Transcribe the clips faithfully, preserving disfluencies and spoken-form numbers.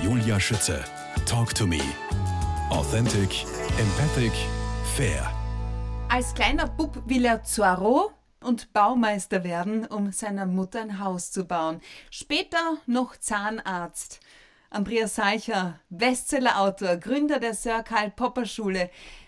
Julia Schütze. Talk to me. Authentic, empathic, fair. Als kleiner Bub will er Zorro und Baumeister werden, um seiner Mutter ein Haus zu bauen. Später noch Zahnarzt. Andreas Salcher, Bestsellerautor, Gründer der Sir Karl Popper Schule.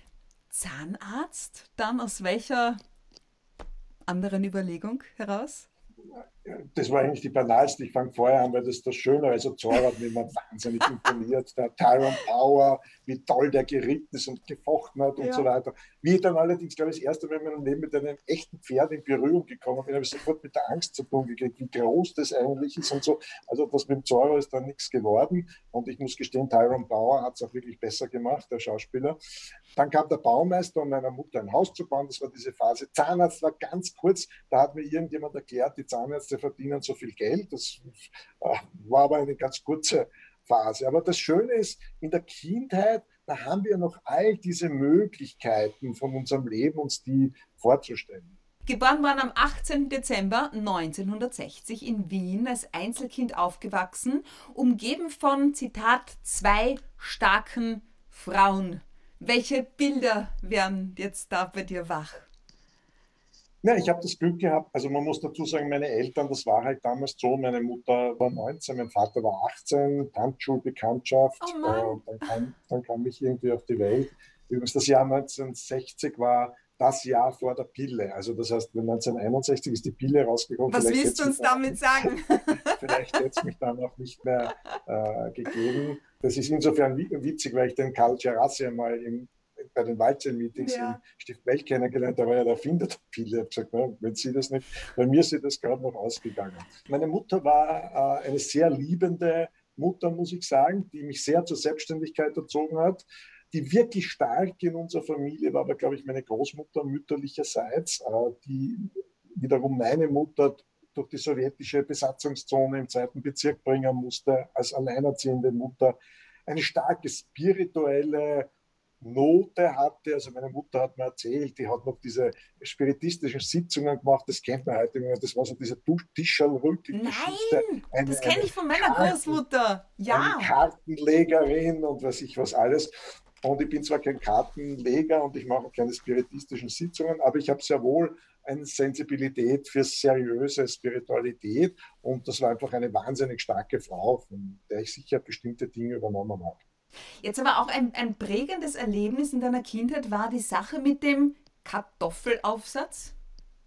Zahnarzt? Dann aus welcher anderen Überlegung heraus? Das war eigentlich die banalste. Ich fange vorher an, weil das ist das Schöne. Also Zorro hat mich immer wahnsinnig imponiert. Der Tyrone Power, wie toll der geritten ist und gefochten hat und ja. so weiter. Wie ich dann allerdings, glaube ich, das erste Mal in meinem Leben mit einem echten Pferd in Berührung gekommen bin, habe ich sofort mit der Angst zu tun gekriegt, wie groß das eigentlich ist und so. Also das mit dem Zorro ist dann nichts geworden. Und ich muss gestehen, Tyrone Power hat es auch wirklich besser gemacht, der Schauspieler. Dann kam der Baumeister, um meiner Mutter ein Haus zu bauen. Das war diese Phase. Zahnarzt war ganz kurz. Da hat mir irgendjemand erklärt, die Zahnärzte verdienen so viel Geld. Das war aber eine ganz kurze Phase. Aber das Schöne ist, in der Kindheit, da haben wir noch all diese Möglichkeiten von unserem Leben, uns die vorzustellen. Geboren worden am achtzehnten Dezember neunzehnhundertsechzig in Wien, als Einzelkind aufgewachsen, umgeben von, Zitat, zwei starken Frauen. Welche Bilder werden jetzt da bei dir wach? Ja, ich habe das Glück gehabt, also man muss dazu sagen, meine Eltern, das war halt damals so, meine Mutter war neunzehn, mein Vater war achtzehn, Tanzschulbekanntschaft, oh äh, dann, kam, dann kam ich irgendwie auf die Welt. Übrigens, das Jahr neunzehnhundertsechzig war das Jahr vor der Pille, also das heißt, neunzehnhunderteinundsechzig ist die Pille rausgekommen. Was willst du uns damit sagen? Vielleicht hätte es mich dann auch nicht mehr äh, gegeben. Das ist insofern witzig, weil ich den Karl Gerassi einmal im bei den Waldseil-Meetings ja. im Stift Welt kennengelernt, da war ja der Erfinder der Pille. Ich habe gesagt, na, wenn Sie das nicht, bei mir ist das gerade noch ausgegangen. Meine Mutter war äh, eine sehr liebende Mutter, muss ich sagen, die mich sehr zur Selbstständigkeit erzogen hat. Die wirklich stark in unserer Familie war aber, glaube ich, meine Großmutter mütterlicherseits, äh, die wiederum meine Mutter durch die sowjetische Besatzungszone im zweiten Bezirk bringen musste, als alleinerziehende Mutter. Eine starke spirituelle Note hatte, also meine Mutter hat mir erzählt, die hat noch diese spiritistischen Sitzungen gemacht, das kennt man heute, das war so diese Tischalrücke-Geschichte. Nein, das kenne ich von meiner Karten, Großmutter, ja. Eine Kartenlegerin und weiß ich was alles. Und ich bin zwar kein Kartenleger und ich mache keine spiritistischen Sitzungen, aber ich habe sehr wohl eine Sensibilität für seriöse Spiritualität und das war einfach eine wahnsinnig starke Frau, von der ich sicher bestimmte Dinge übernommen habe. Jetzt aber auch ein, ein prägendes Erlebnis in deiner Kindheit war die Sache mit dem Kartoffelaufsatz?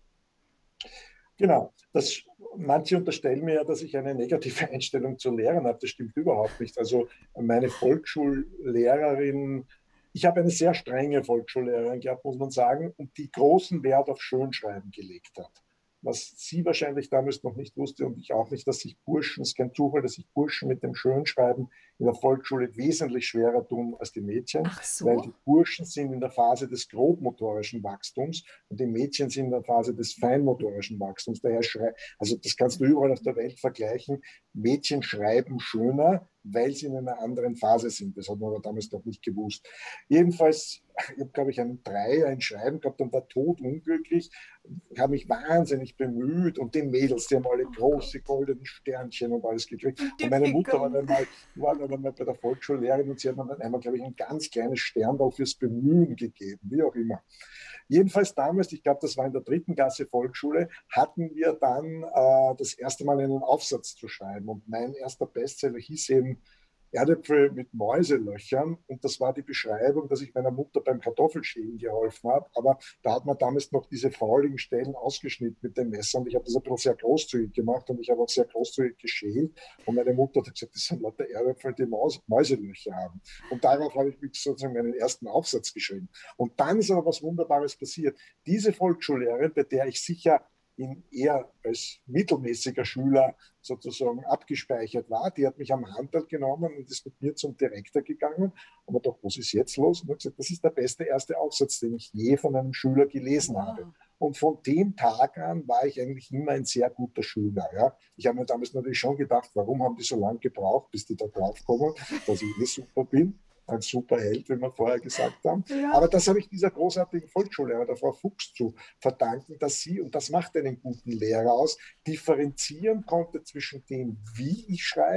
Genau. Das, manche unterstellen mir ja, dass ich eine negative Einstellung zu Lehrern habe. Das stimmt überhaupt nicht. Also meine Volksschullehrerin, ich habe eine sehr strenge Volksschullehrerin gehabt, muss man sagen, und die großen Wert auf Schönschreiben gelegt hat. Was sie wahrscheinlich damals noch nicht wusste und ich auch nicht, dass sich Burschen, es ist kein Zufall, dass sich Burschen mit dem Schönschreiben in der Volksschule wesentlich schwerer tun als die Mädchen. Ach so. Weil die Burschen sind in der Phase des grobmotorischen Wachstums und die Mädchen sind in der Phase des feinmotorischen Wachstums. Daher schrei- also das kannst du überall auf der Welt vergleichen. Mädchen schreiben schöner, weil sie in einer anderen Phase sind. Das hat man aber damals noch nicht gewusst. Jedenfalls, ich habe, glaube ich, einen Dreier in Schreiben gehabt und war totunglücklich. Ich habe mich wahnsinnig bemüht und die Mädels, die haben alle große goldene Sternchen und alles gekriegt. Und meine Mutter war dann mal, war dann mal bei der Volksschullehrerin und sie hat mir dann einmal, glaube ich, ein ganz kleines Sternball fürs Bemühen gegeben, wie auch immer. Jedenfalls damals, ich glaube, das war in der dritten Klasse Volksschule, hatten wir dann äh, das erste Mal einen Aufsatz zu schreiben. Und mein erster Bestseller hieß eben Erdäpfel mit Mäuselöchern. Und das war die Beschreibung, dass ich meiner Mutter beim Kartoffelschälen geholfen habe. Aber da hat man damals noch diese fauligen Stellen ausgeschnitten mit dem Messer. Und ich habe das ein bisschen sehr großzügig gemacht und ich habe auch sehr großzügig geschält. Und meine Mutter hat gesagt, das sind lauter Erdäpfel, die Maus Mäuselöcher haben. Und darauf habe ich sozusagen meinen ersten Aufsatz geschrieben. Und dann ist aber was Wunderbares passiert. Diese Volksschullehrerin, bei der ich sicher in eher als mittelmäßiger Schüler sozusagen abgespeichert war. Die hat mich am Handel genommen und ist mit mir zum Direktor gegangen und hat gedacht, was ist jetzt los? Und hat gesagt, das ist der beste erste Aufsatz, den ich je von einem Schüler gelesen wow. habe. Und von dem Tag an war ich eigentlich immer ein sehr guter Schüler. Ja. Ich habe mir damals natürlich schon gedacht, warum haben die so lange gebraucht, bis die da drauf kommen, dass ich eh super bin. Ein super Held, wie wir vorher gesagt haben. Ja. Aber das habe ich dieser großartigen Volksschullehrer, der Frau Fuchs, zu verdanken, dass sie, und das macht einen guten Lehrer aus, differenzieren konnte zwischen dem, wie ich schreibe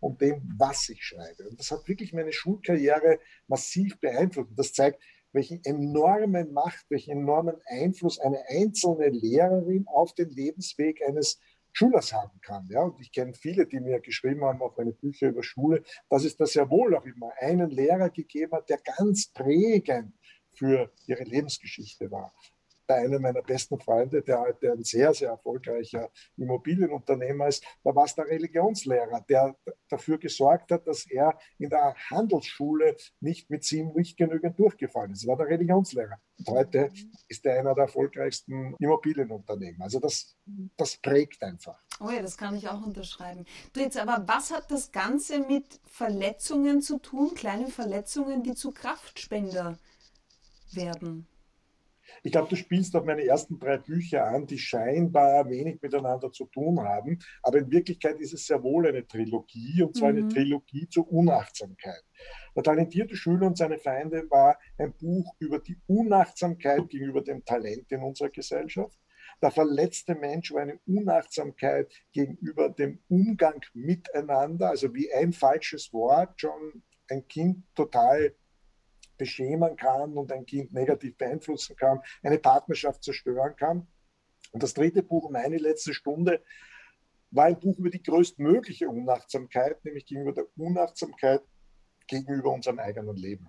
und dem, was ich schreibe. Und das hat wirklich meine Schulkarriere massiv beeinflusst. Und das zeigt, welchen enormen Macht, welchen enormen Einfluss eine einzelne Lehrerin auf den Lebensweg eines Schülers haben kann. Ja? Und ich kenne viele, die mir geschrieben haben, auch meine Bücher über Schule, dass es da sehr wohl auch immer einen Lehrer gegeben hat, der ganz prägend für ihre Lebensgeschichte war. Bei einem meiner besten Freunde, der heute ein sehr, sehr erfolgreicher Immobilienunternehmer ist, da war es der Religionslehrer, der dafür gesorgt hat, dass er in der Handelsschule nicht mit sieben nicht genügend durchgefallen ist. Das war der Religionslehrer. Und heute ist er einer der erfolgreichsten Immobilienunternehmer. Also das, das prägt einfach. Oh ja, das kann ich auch unterschreiben. Du jetzt aber, was hat das Ganze mit Verletzungen zu tun? Kleine Verletzungen, die zu Kraftspender werden? Ich glaube, du spielst auf meine ersten drei Bücher an, die scheinbar wenig miteinander zu tun haben. Aber in Wirklichkeit ist es sehr wohl eine Trilogie, und zwar mhm. eine Trilogie zur Unachtsamkeit. Der talentierte Schüler und seine Feinde war ein Buch über die Unachtsamkeit gegenüber dem Talent in unserer Gesellschaft. Der verletzte Mensch war eine Unachtsamkeit gegenüber dem Umgang miteinander, also wie ein falsches Wort schon ein Kind total beschämen kann und ein Kind negativ beeinflussen kann, eine Partnerschaft zerstören kann. Und das dritte Buch, Meine letzte Stunde, war ein Buch über die größtmögliche Unachtsamkeit, nämlich gegenüber der Unachtsamkeit gegenüber unserem eigenen Leben.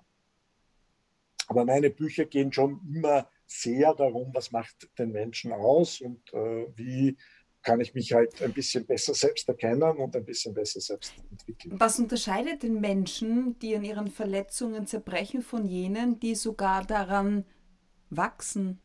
Aber meine Bücher gehen schon immer sehr darum, was macht den Menschen aus und äh, wie kann ich mich halt ein bisschen besser selbst erkennen und ein bisschen besser selbst entwickeln. Was unterscheidet den Menschen, die an ihren Verletzungen zerbrechen, von jenen, die sogar daran wachsen?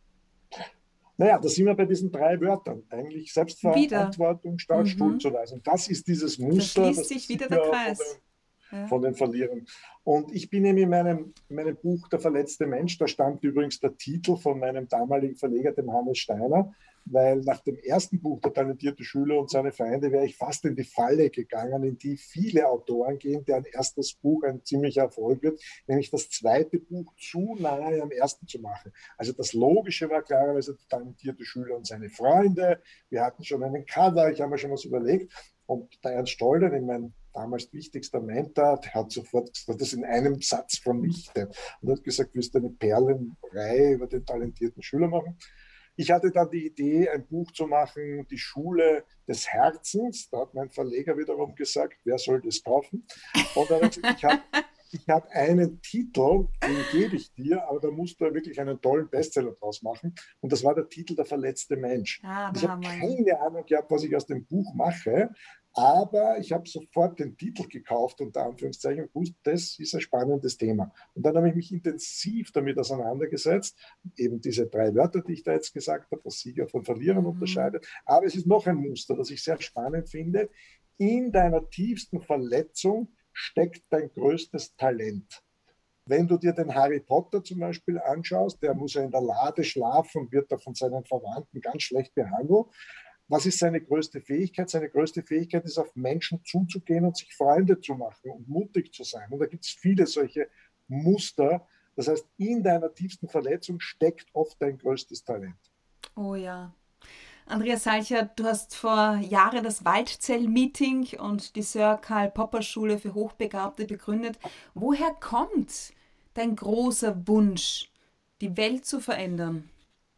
Naja, da sind wir bei diesen drei Wörtern. Eigentlich Selbstverantwortung statt mhm. Schuldzuweisung. Das ist dieses Muster, da schließt sich wieder der Kreis. Von den, ja. von den Verlierern. Und ich bin eben in meinem, meinem Buch Der verletzte Mensch, da stammt übrigens der Titel von meinem damaligen Verleger, dem Hannes Steiner, weil nach dem ersten Buch, Der talentierte Schüler und seine Feinde, wäre ich fast in die Falle gegangen, in die viele Autoren gehen, deren erstes Buch ein ziemlicher Erfolg wird, nämlich das zweite Buch zu nahe am ersten zu machen. Also das Logische war klarerweise Der talentierte Schüler und seine Freunde. Wir hatten schon einen Cover, ich habe mir schon was überlegt. Und der Ernst Stolder, mein damals wichtigster Mentor, der hat sofort gesagt, das in einem Satz vernichtet und hat gesagt, willst du eine Perlenreihe über den talentierten Schüler machen? Ich hatte dann die Idee, ein Buch zu machen, die Schule des Herzens. Da hat mein Verleger wiederum gesagt, wer soll das kaufen? Und dann hat er gesagt, ich habe ich hab einen Titel, den gebe ich dir, aber da musst du wirklich einen tollen Bestseller draus machen. Und das war der Titel Der verletzte Mensch. Ah, ich habe keine Ahnung gehabt, was ich aus dem Buch mache, aber ich habe sofort den Titel gekauft, unter Anführungszeichen, und wusste, das ist ein spannendes Thema. Und dann habe ich mich intensiv damit auseinandergesetzt, eben diese drei Wörter, die ich da jetzt gesagt habe, was Sieger von Verlierern mhm. unterscheidet. Aber es ist noch ein Muster, das ich sehr spannend finde. In deiner tiefsten Verletzung steckt dein größtes Talent. Wenn du dir den Harry Potter zum Beispiel anschaust, der muss ja in der Lade schlafen und wird da von seinen Verwandten ganz schlecht behandelt. Was ist seine größte Fähigkeit? Seine größte Fähigkeit ist, auf Menschen zuzugehen und sich Freunde zu machen und mutig zu sein. Und da gibt es viele solche Muster. Das heißt, in deiner tiefsten Verletzung steckt oft dein größtes Talent. Oh ja. Andreas Salcher, du hast vor Jahren das Waldzell-Meeting und die Sir Karl Popper Schule für Hochbegabte begründet. Woher kommt dein großer Wunsch, die Welt zu verändern?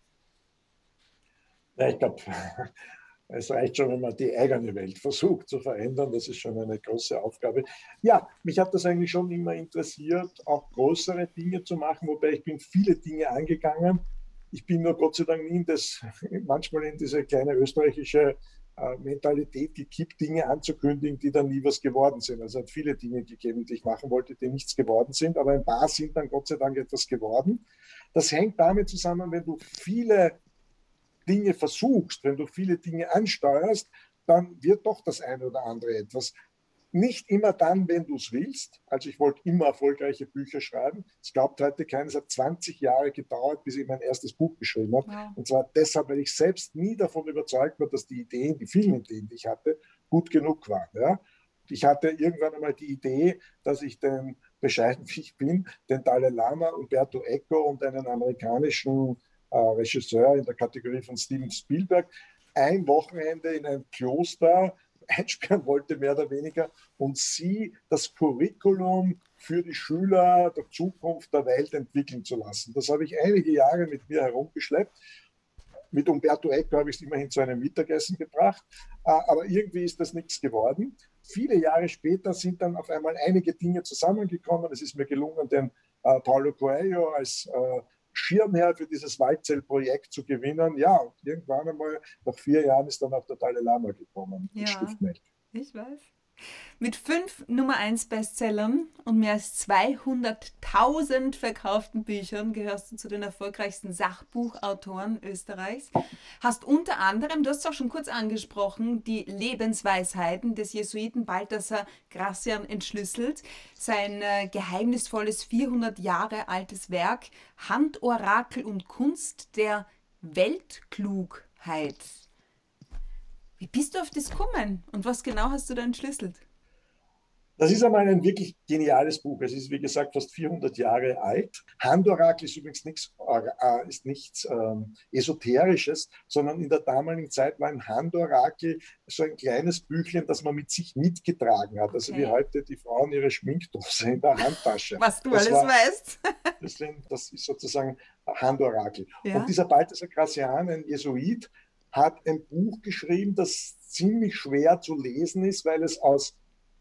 Ja, ich glaube, es reicht schon, wenn man die eigene Welt versucht zu verändern. Das ist schon eine große Aufgabe. Ja, mich hat das eigentlich schon immer interessiert, auch größere Dinge zu machen, wobei ich bin viele Dinge angegangen. Ich bin nur Gott sei Dank nie in das, manchmal in diese kleine österreichische äh, Mentalität gekippt, Dinge anzukündigen, die dann nie was geworden sind. Also es hat viele Dinge gegeben, die ich machen wollte, die nichts geworden sind, aber ein paar sind dann Gott sei Dank etwas geworden. Das hängt damit zusammen, wenn du viele Dinge versuchst, wenn du viele Dinge ansteuerst, dann wird doch das eine oder andere etwas. Nicht immer dann, wenn du es willst. Also ich wollte immer erfolgreiche Bücher schreiben. Es glaubt heute keiner, es hat zwanzig Jahre gedauert, bis ich mein erstes Buch geschrieben habe. Ja. Und zwar deshalb, weil ich selbst nie davon überzeugt war, dass die Ideen, die vielen Ideen, die ich hatte, gut genug waren. Ja? Ich hatte irgendwann einmal die Idee, dass ich den, bescheiden wie ich bin, den Dalai Lama, Umberto Eco und einen amerikanischen äh, Regisseur in der Kategorie von Steven Spielberg ein Wochenende in ein Kloster einsperren wollte, mehr oder weniger, und sie das Curriculum für die Schüler der Zukunft der Welt entwickeln zu lassen. Das habe ich einige Jahre mit mir herumgeschleppt. Mit Umberto Eco habe ich es immerhin zu einem Mittagessen gebracht, aber irgendwie ist das nichts geworden. Viele Jahre später sind dann auf einmal einige Dinge zusammengekommen. Es ist mir gelungen, den äh, Paulo Coelho als äh, Schirmherr für dieses Waldzell-Projekt zu gewinnen. Ja, und irgendwann einmal, nach vier Jahren, ist dann auch der Dalai Lama gekommen. Ja, ich weiß. Mit fünf Nummer eins Bestsellern und mehr als zweihunderttausend verkauften Büchern gehörst du zu den erfolgreichsten Sachbuchautoren Österreichs. Hast unter anderem, du hast es auch schon kurz angesprochen, die Lebensweisheiten des Jesuiten Balthasar Gracian entschlüsselt. Sein äh, geheimnisvolles vierhundert Jahre altes Werk Handorakel und Kunst der Weltklugheit. Wie bist du auf das gekommen und was genau hast du da entschlüsselt? Das ist einmal ein wirklich geniales Buch. Es ist, wie gesagt, fast vierhundert Jahre alt. Handorakel ist übrigens nichts, äh, ist nichts ähm, Esoterisches, sondern in der damaligen Zeit war ein Handorakel so ein kleines Büchlein, das man mit sich mitgetragen hat. Okay. Also wie heute die Frauen ihre Schminkdose in der Handtasche. Was du das alles war, weißt. das, sind, das ist sozusagen Handorakel. Ja. Und dieser Balthasar Gracian, ein Jesuit, hat ein Buch geschrieben, das ziemlich schwer zu lesen ist, weil es aus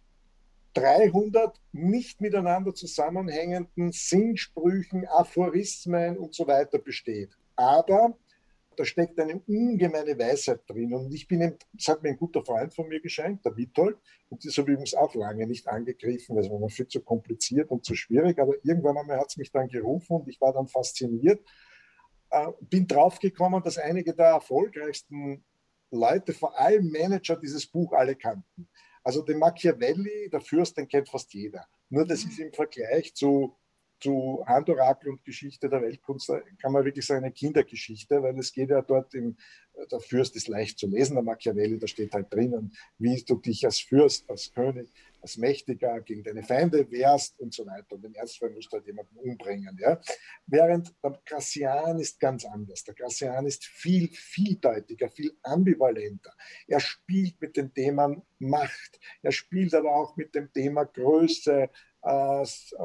dreihundert nicht miteinander zusammenhängenden Sinnsprüchen, Aphorismen und so weiter besteht. Aber da steckt eine ungemeine Weisheit drin. Und ich bin, das hat mir ein guter Freund von mir geschenkt, der Witold, und das habe ich übrigens auch lange nicht angegriffen, weil es war mir viel zu kompliziert und zu schwierig. Aber irgendwann einmal hat es mich dann gerufen und ich war dann fasziniert. Äh, bin draufgekommen, dass einige der erfolgreichsten Leute, vor allem Manager, dieses Buch alle kannten. Also den Machiavelli, der Fürst, den kennt fast jeder. Nur das ist im Vergleich zu, zu Handorakel und Geschichte der Weltkunst, kann man wirklich sagen, eine Kindergeschichte, weil es geht ja dort, im, der Fürst ist leicht zu lesen, der Machiavelli, da steht halt drinnen, wie du dich als Fürst, als König, als Mächtiger gegen deine Feinde wehrst und so weiter. Und im Ernstfall musst du halt jemanden umbringen. Ja? Während der Gracian ist ganz anders. Der Gracian ist viel vieldeutiger, viel ambivalenter. Er spielt mit dem Thema Macht. Er spielt aber auch mit dem Thema Größe, äh,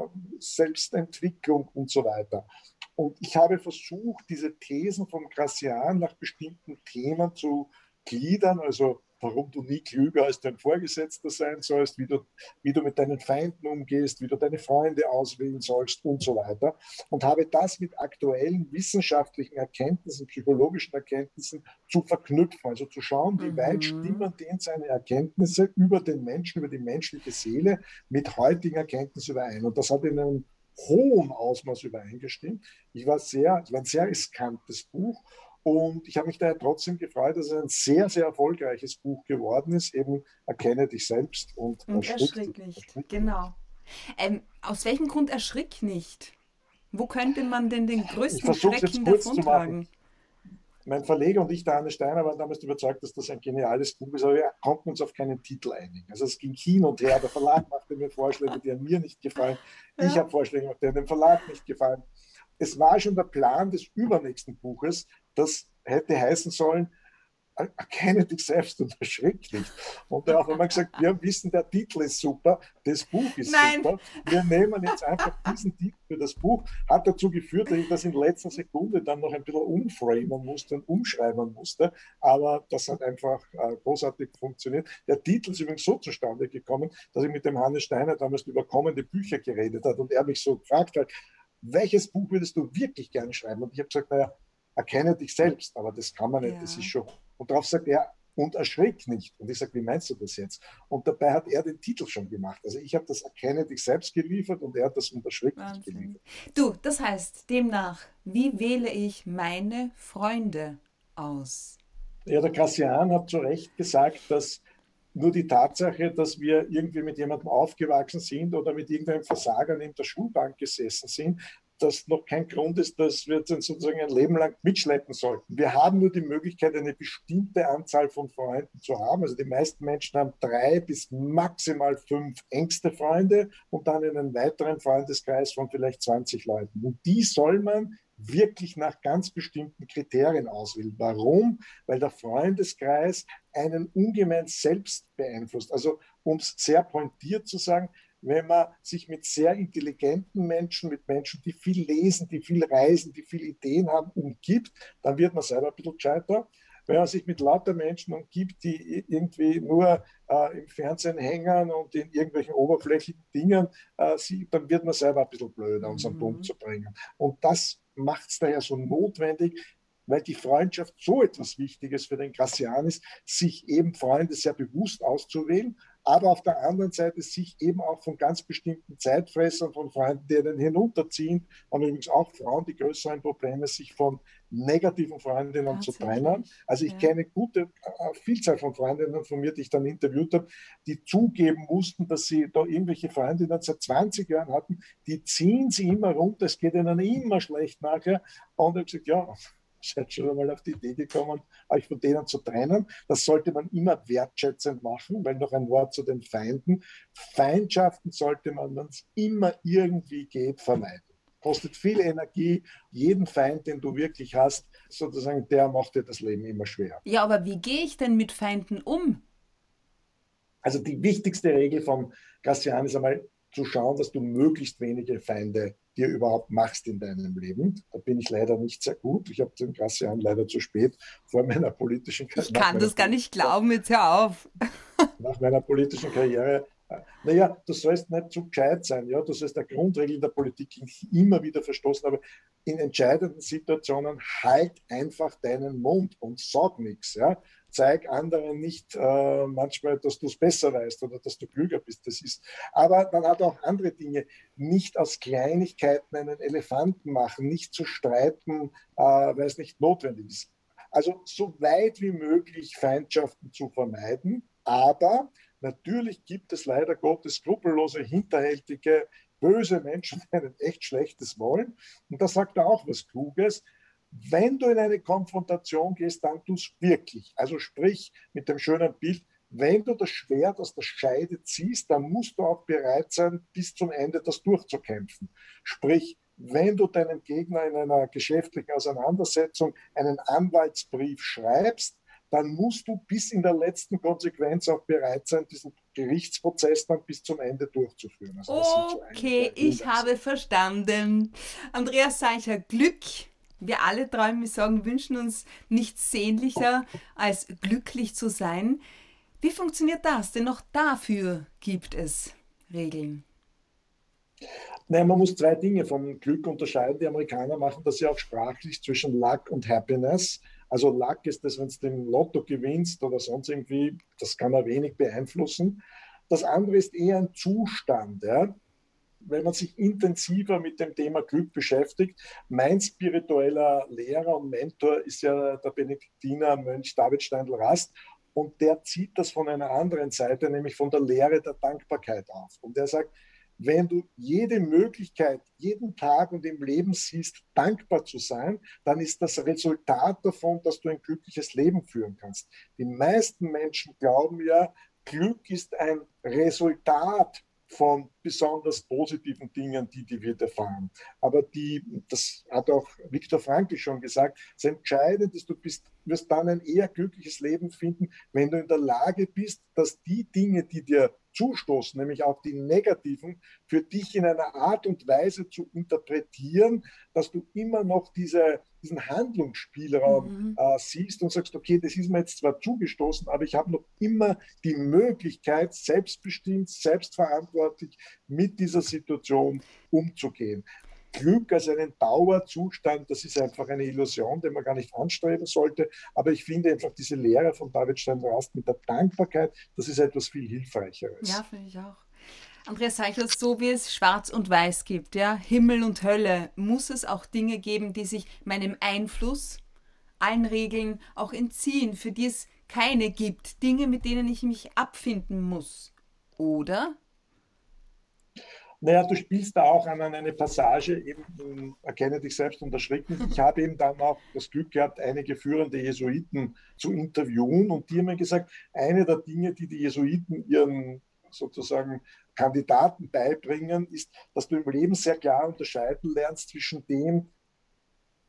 Selbstentwicklung und so weiter. Und ich habe versucht, diese Thesen von Gracian nach bestimmten Themen zu gliedern, also warum du nie klüger als dein Vorgesetzter sein sollst, wie du, wie du mit deinen Feinden umgehst, wie du deine Freunde auswählen sollst und so weiter. Und habe das mit aktuellen wissenschaftlichen Erkenntnissen, psychologischen Erkenntnissen zu verknüpfen. Also zu schauen, wie mhm. weit stimmen denn seine Erkenntnisse über den Menschen, über die menschliche Seele mit heutigen Erkenntnissen überein. Und das hat in einem hohen Ausmaß übereingestimmt. Ich war sehr, es war ein sehr riskantes Buch. Und ich habe mich daher trotzdem gefreut, dass es ein sehr, sehr erfolgreiches Buch geworden ist. Eben Erkenne dich selbst und, und erschrick, erschrick nicht. Erschrick genau. Ähm, aus welchem Grund erschrick nicht? Wo könnte man denn den größten Schrecken davontragen? Mein Verleger und ich, der Hannes Steiner, waren damals überzeugt, dass das ein geniales Buch ist, aber wir konnten uns auf keinen Titel einigen. Also es ging hin und her. Der Verlag machte mir Vorschläge, die mir nicht gefallen. Ja. Ich habe Vorschläge gemacht, die dem Verlag nicht gefallen. Es war schon der Plan des übernächsten Buches, das hätte heißen sollen, erkenne dich selbst und erschrick nicht. Und darauf haben wir gesagt, wir wissen, der Titel ist super, das Buch ist Nein. super. Wir nehmen jetzt einfach diesen Titel für das Buch. Hat dazu geführt, dass ich das in letzter Sekunde dann noch ein bisschen umframen musste und umschreiben musste. Aber das hat einfach äh, großartig funktioniert. Der Titel ist übrigens so zustande gekommen, dass ich mit dem Hannes Steiner damals über kommende Bücher geredet habe und er mich so gefragt hat, welches Buch würdest du wirklich gerne schreiben? Und ich habe gesagt, naja, erkenne dich selbst, aber das kann man nicht, ja. Das ist schon. Und darauf sagt er, und erschrick nicht. Und ich sage, wie meinst du das jetzt? Und dabei hat er den Titel schon gemacht. Also ich habe das Erkenne dich selbst geliefert und er hat das und erschrick nicht geliefert. Du, das heißt, demnach, wie wähle ich meine Freunde aus? Ja, der Gracian hat zu Recht gesagt, dass nur die Tatsache, dass wir irgendwie mit jemandem aufgewachsen sind oder mit irgendeinem Versager neben der Schulbank gesessen sind, das noch kein Grund ist, dass wir uns sozusagen ein Leben lang mitschleppen sollten. Wir haben nur die Möglichkeit, eine bestimmte Anzahl von Freunden zu haben. Also die meisten Menschen haben drei bis maximal fünf engste Freunde und dann einen weiteren Freundeskreis von vielleicht zwanzig Leuten. Und die soll man wirklich nach ganz bestimmten Kriterien auswählt. Warum? Weil der Freundeskreis einen ungemein selbst beeinflusst. Also um es sehr pointiert zu sagen, wenn man sich mit sehr intelligenten Menschen, mit Menschen, die viel lesen, die viel reisen, die viele Ideen haben, umgibt, dann wird man selber ein bisschen gescheiter. Wenn man sich mit lauter Menschen umgibt, die irgendwie nur äh, im Fernsehen hängen und in irgendwelchen oberflächlichen Dingen äh, sieht, dann wird man selber ein bisschen blöder, um es am Punkt zu bringen. Und das macht es daher so notwendig, weil die Freundschaft so etwas Wichtiges für den Gracian ist, sich eben Freunde sehr bewusst auszuwählen, aber auf der anderen Seite sich eben auch von ganz bestimmten Zeitfressern, von Freunden, die einen hinunterziehen, haben übrigens auch Frauen die größeren Probleme, sich von negativen Freundinnen zu trennen. Also ich ja. kenne gute äh, Vielzahl von Freundinnen von mir, die ich dann interviewt habe, die zugeben mussten, dass sie da irgendwelche Freundinnen seit zwanzig Jahren hatten, die ziehen sie immer runter, es geht ihnen immer schlecht nachher. Und ich habe gesagt, ja, seid schon einmal auf die Idee gekommen, euch von denen zu trennen. Das sollte man immer wertschätzend machen, weil noch ein Wort zu den Feinden. Feindschaften sollte man, wenn es immer irgendwie geht, vermeiden. Kostet viel Energie. Jeden Feind, den du wirklich hast, sozusagen, der macht dir das Leben immer schwer. Ja, aber wie gehe ich denn mit Feinden um? Also die wichtigste Regel vom Gracian ist einmal zu schauen, dass du möglichst wenige Feinde dir überhaupt machst in deinem Leben. Da bin ich leider nicht sehr gut. Ich habe den Gracian leider zu spät vor meiner politischen Karriere. Ich kann das gar nicht glauben, jetzt hör auf. Nach meiner politischen Karriere. Naja, du sollst nicht zu gescheit sein. Ja? Du sollst der Grundregel der Politik immer wieder verstoßen, aber in entscheidenden Situationen halt einfach deinen Mund und sag nichts. Ja? Zeig anderen nicht äh, manchmal, dass du es besser weißt oder dass du klüger bist. Das ist. Aber dann hat auch andere Dinge. Nicht aus Kleinigkeiten einen Elefanten machen, nicht zu streiten, äh, weil es nicht notwendig ist. Also so weit wie möglich Feindschaften zu vermeiden, aber natürlich gibt es leider Gottes skrupellose, hinterhältige, böse Menschen, die einen echt Schlechtes wollen. Und da sagt er auch was Kluges. Wenn du in eine Konfrontation gehst, dann tu es wirklich. Also sprich mit dem schönen Bild, wenn du das Schwert aus der Scheide ziehst, dann musst du auch bereit sein, bis zum Ende das durchzukämpfen. Sprich, wenn du deinem Gegner in einer geschäftlichen Auseinandersetzung einen Anwaltsbrief schreibst, dann musst du bis in der letzten Konsequenz auch bereit sein, diesen Gerichtsprozess dann bis zum Ende durchzuführen. Also okay, so ich habe verstanden. Andreas Seicher, Glück. Wir alle drei, wir sagen, wünschen uns nichts sehnlicher, als glücklich zu sein. Wie funktioniert das? Denn auch dafür gibt es Regeln. Naja, man muss zwei Dinge vom Glück unterscheiden. Die Amerikaner machen das ja auch sprachlich zwischen Luck und Happiness. Also Luck ist das, wenn du den Lotto gewinnst oder sonst irgendwie, das kann man wenig beeinflussen. Das andere ist eher ein Zustand, ja? Wenn man sich intensiver mit dem Thema Glück beschäftigt. Mein spiritueller Lehrer und Mentor ist ja der Benediktiner Mönch David Steindl-Rast und der zieht das von einer anderen Seite, nämlich von der Lehre der Dankbarkeit auf. Und der sagt, wenn du jede Möglichkeit, jeden Tag und im Leben siehst, dankbar zu sein, dann ist das Resultat davon, dass du ein glückliches Leben führen kannst. Die meisten Menschen glauben ja, Glück ist ein Resultat von besonders positiven Dingen, die die wir erfahren. Aber die, das hat auch Viktor Frankl schon gesagt, das Entscheidende ist, du bist, wirst dann ein eher glückliches Leben finden, wenn du in der Lage bist, dass die Dinge, die dir zustoßen, nämlich auch die negativen, für dich in einer Art und Weise zu interpretieren, dass du immer noch diese, diesen Handlungsspielraum mhm. äh, siehst und sagst, okay, das ist mir jetzt zwar zugestoßen, aber ich habe noch immer die Möglichkeit, selbstbestimmt, selbstverantwortlich mit dieser Situation umzugehen. Glück als einen Dauerzustand, das ist einfach eine Illusion, die man gar nicht anstreben sollte. Aber ich finde einfach diese Lehre von David Steindl-Rast mit der Dankbarkeit, das ist etwas viel Hilfreicheres. Ja, finde ich auch. Andreas Seichel, so wie es Schwarz und Weiß gibt, ja, Himmel und Hölle, muss es auch Dinge geben, die sich meinem Einfluss, allen Regeln auch entziehen, für die es keine gibt, Dinge, mit denen ich mich abfinden muss. Oder? Naja, du spielst da auch an eine Passage, eben erkenne dich selbst und erschrecken. Ich habe eben dann auch das Glück gehabt, einige führende Jesuiten zu interviewen und die haben mir gesagt, eine der Dinge, die die Jesuiten ihren sozusagen Kandidaten beibringen, ist, dass du im Leben sehr klar unterscheiden lernst zwischen dem,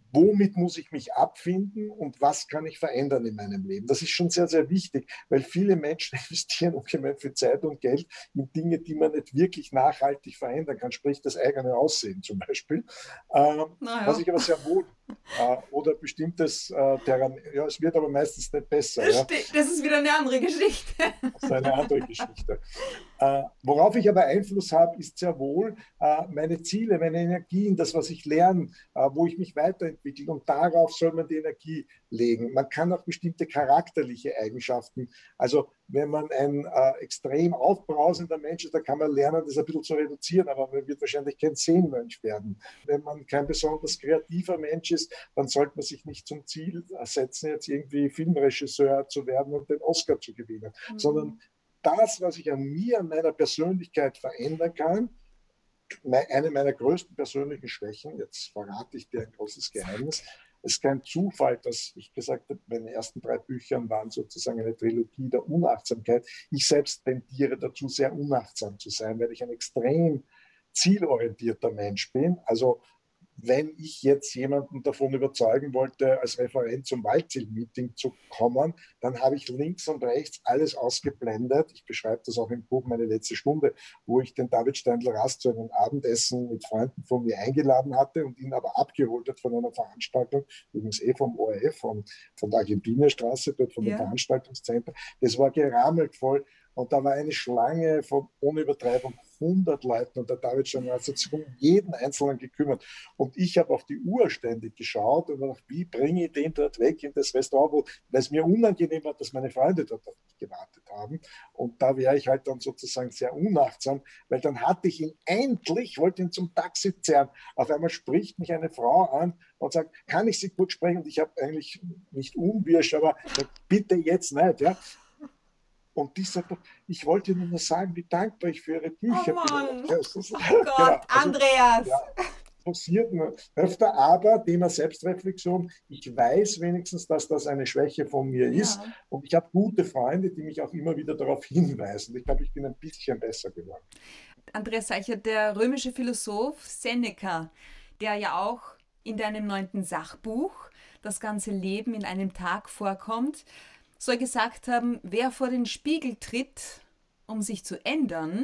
womit muss ich mich abfinden und was kann ich verändern in meinem Leben. Das ist schon sehr, sehr wichtig, weil viele Menschen investieren ungemein viel Zeit und Geld in Dinge, die man nicht wirklich nachhaltig verändern kann, sprich das eigene Aussehen zum Beispiel. Ähm, naja. Was ich aber sehr wohl, äh, oder bestimmtes äh, Terran, ja, es wird aber meistens nicht besser. Ja. Das ist wieder eine andere Geschichte. Das ist eine andere Geschichte. Äh, worauf ich aber Einfluss habe, ist sehr wohl äh, meine Ziele, meine Energien, das, was ich lerne, äh, wo ich mich weiterentwickle. Und darauf soll man die Energie legen. Man kann auch bestimmte charakterliche Eigenschaften, also wenn man ein äh, extrem aufbrausender Mensch ist, da kann man lernen, das ein bisschen zu reduzieren, aber man wird wahrscheinlich kein Zen-Mönch werden. Wenn man kein besonders kreativer Mensch ist, dann sollte man sich nicht zum Ziel setzen, jetzt irgendwie Filmregisseur zu werden und den Oscar zu gewinnen, mhm. sondern das, was ich an mir, an meiner Persönlichkeit verändern kann, eine meiner größten persönlichen Schwächen, jetzt verrate ich dir ein großes Geheimnis, es ist kein Zufall, dass ich gesagt habe, meine ersten drei Bücher waren sozusagen eine Trilogie der Unachtsamkeit. Ich selbst tendiere dazu, sehr unachtsam zu sein, weil ich ein extrem zielorientierter Mensch bin. Also wenn ich jetzt jemanden davon überzeugen wollte, als Referent zum Waldziel-Meeting zu kommen, dann habe ich links und rechts alles ausgeblendet. Ich beschreibe das auch im Buch Meine letzte Stunde, wo ich den David Steindl-Rast zu einem Abendessen mit Freunden von mir eingeladen hatte und ihn aber abgeholt hat von einer Veranstaltung, übrigens eh vom O R F, von, von der Argentinierstraße, dort von ja. dem Veranstaltungszentrum. Das war gerammelt voll. Und da war eine Schlange von, ohne Übertreibung, hundert Leuten und der David Steindl-Rast hat sich um jeden Einzelnen gekümmert. Und ich habe auf die Uhr ständig geschaut und gedacht, wie bringe ich den dort weg in das Restaurant, wo, weil es mir unangenehm war, dass meine Freunde dort auf mich gewartet haben. Und da wäre ich halt dann sozusagen sehr unachtsam, weil dann hatte ich ihn endlich, wollte ihn zum Taxi zerren. Auf einmal spricht mich eine Frau an und sagt, kann ich Sie kurz sprechen? Und ich habe eigentlich nicht unwirsch, aber bitte jetzt nicht, ja. Und die sagt, ich wollte Ihnen nur sagen, wie dankbar ich für Ihre Bücher oh Mann. bin. Oh Gott, genau. Also, Andreas! Ja, passiert mir öfter, aber Thema Selbstreflexion, ich weiß wenigstens, dass das eine Schwäche von mir ja. ist und ich habe gute Freunde, die mich auch immer wieder darauf hinweisen. Ich glaube, ich bin ein bisschen besser geworden. Andreas Seichert, der römische Philosoph Seneca, der ja auch in deinem neunten Sachbuch Das ganze Leben in einem Tag vorkommt, soll gesagt haben, wer vor den Spiegel tritt, um sich zu ändern,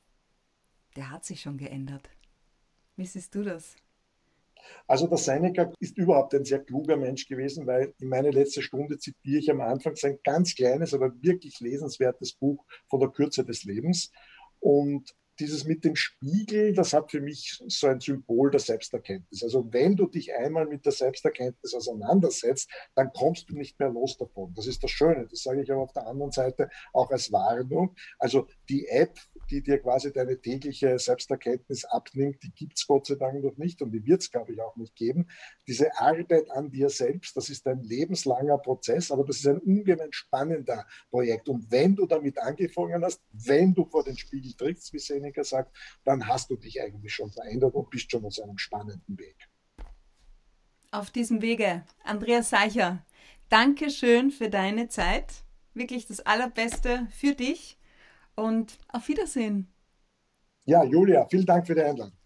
der hat sich schon geändert. Wie siehst du das? Also der Seneca ist überhaupt ein sehr kluger Mensch gewesen, weil in meine letzte Stunde zitiere ich am Anfang sein ganz kleines, aber wirklich lesenswertes Buch von der Kürze des Lebens. Und dieses mit dem Spiegel, das hat für mich so ein Symbol der Selbsterkenntnis. Also wenn du dich einmal mit der Selbsterkenntnis auseinandersetzt, dann kommst du nicht mehr los davon. Das ist das Schöne. Das sage ich aber auf der anderen Seite auch als Warnung. Also die App, die dir quasi deine tägliche Selbsterkenntnis abnimmt, die gibt es Gott sei Dank noch nicht und die wird es, glaube ich, auch nicht geben. Diese Arbeit an dir selbst, das ist ein lebenslanger Prozess, aber das ist ein ungemein spannender Projekt. Und wenn du damit angefangen hast, wenn du vor den Spiegel trittst, wie Seneca sagt, dann hast du dich eigentlich schon verändert und bist schon auf einem spannenden Weg. Auf diesem Wege, Andreas Seicher, danke schön für deine Zeit. Wirklich das Allerbeste für dich und auf Wiedersehen. Ja, Julia, vielen Dank für die Einladung.